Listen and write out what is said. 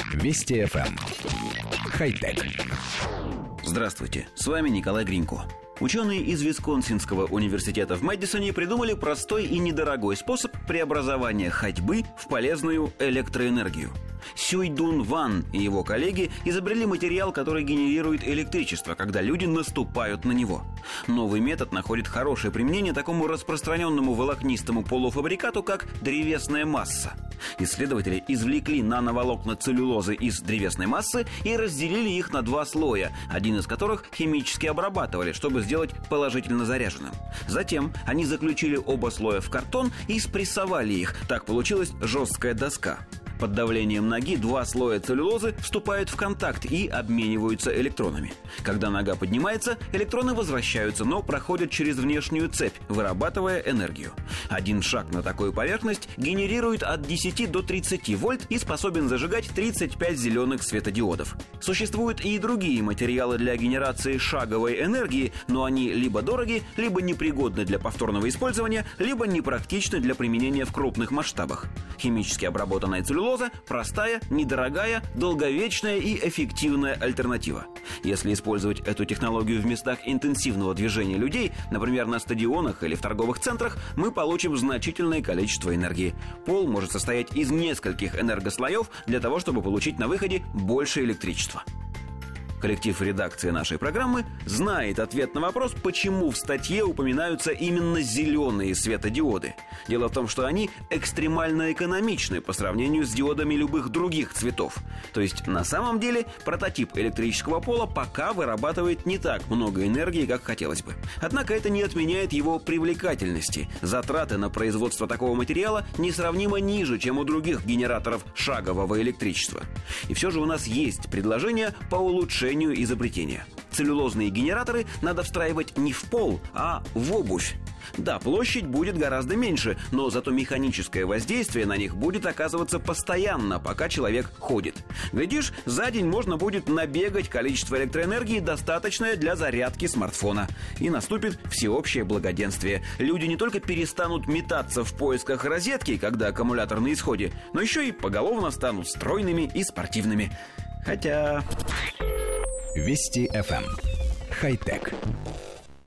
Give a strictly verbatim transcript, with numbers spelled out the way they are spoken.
Вести эф эм. Хай-тек. Здравствуйте, с вами Николай Гринько. Ученые из Висконсинского университета в Мэдисоне придумали простой и недорогой способ преобразования ходьбы в полезную электроэнергию. Сюй Дун Ван и его коллеги изобрели материал, который генерирует электричество, когда люди наступают на него. Новый метод находит хорошее применение такому распространенному волокнистому полуфабрикату, как древесная масса. Исследователи извлекли нановолокна целлюлозы из древесной массы и разделили их на два слоя, один из которых химически обрабатывали, чтобы сделать положительно заряженным. Затем они заключили оба слоя в картон и спрессовали их. Так получилась жесткая доска. Под давлением ноги два слоя целлюлозы вступают в контакт и обмениваются электронами. Когда нога поднимается, электроны возвращаются, но проходят через внешнюю цепь, вырабатывая энергию. Один шаг на такую поверхность генерирует от десяти до тридцати вольт и способен зажигать тридцать пять зеленых светодиодов. Существуют и другие материалы для генерации шаговой энергии, но они либо дороги, либо непригодны для повторного использования, либо непрактичны для применения в крупных масштабах. Химически обработанная целлюлоза – простая, недорогая, долговечная и эффективная альтернатива. Если использовать эту технологию в местах интенсивного движения людей, например, на стадионах или в торговых центрах, мы получим значительное количество энергии. Пол может состоять из нескольких энергослоев для того, чтобы получить на выходе больше электричества. Коллектив редакции нашей программы знает ответ на вопрос, почему в статье упоминаются именно зеленые светодиоды. Дело в том, что они экстремально экономичны по сравнению с диодами любых других цветов. То есть, на самом деле, прототип электрического пола пока вырабатывает не так много энергии, как хотелось бы. Однако это не отменяет его привлекательности. Затраты на производство такого материала несравнимо ниже, чем у других генераторов шагового электричества. И все же у нас есть предложение по улучшению изобретения. Целлюлозные генераторы надо встраивать не в пол, а в обувь. Да, площадь будет гораздо меньше, но зато механическое воздействие на них будет оказываться постоянно, пока человек ходит. Глядишь, за день можно будет набегать количество электроэнергии, достаточное для зарядки смартфона. И наступит всеобщее благоденствие. Люди не только перестанут метаться в поисках розетки, когда аккумулятор на исходе, но еще и поголовно станут стройными и спортивными. Хотя... Вести эф эм. Хай-тек.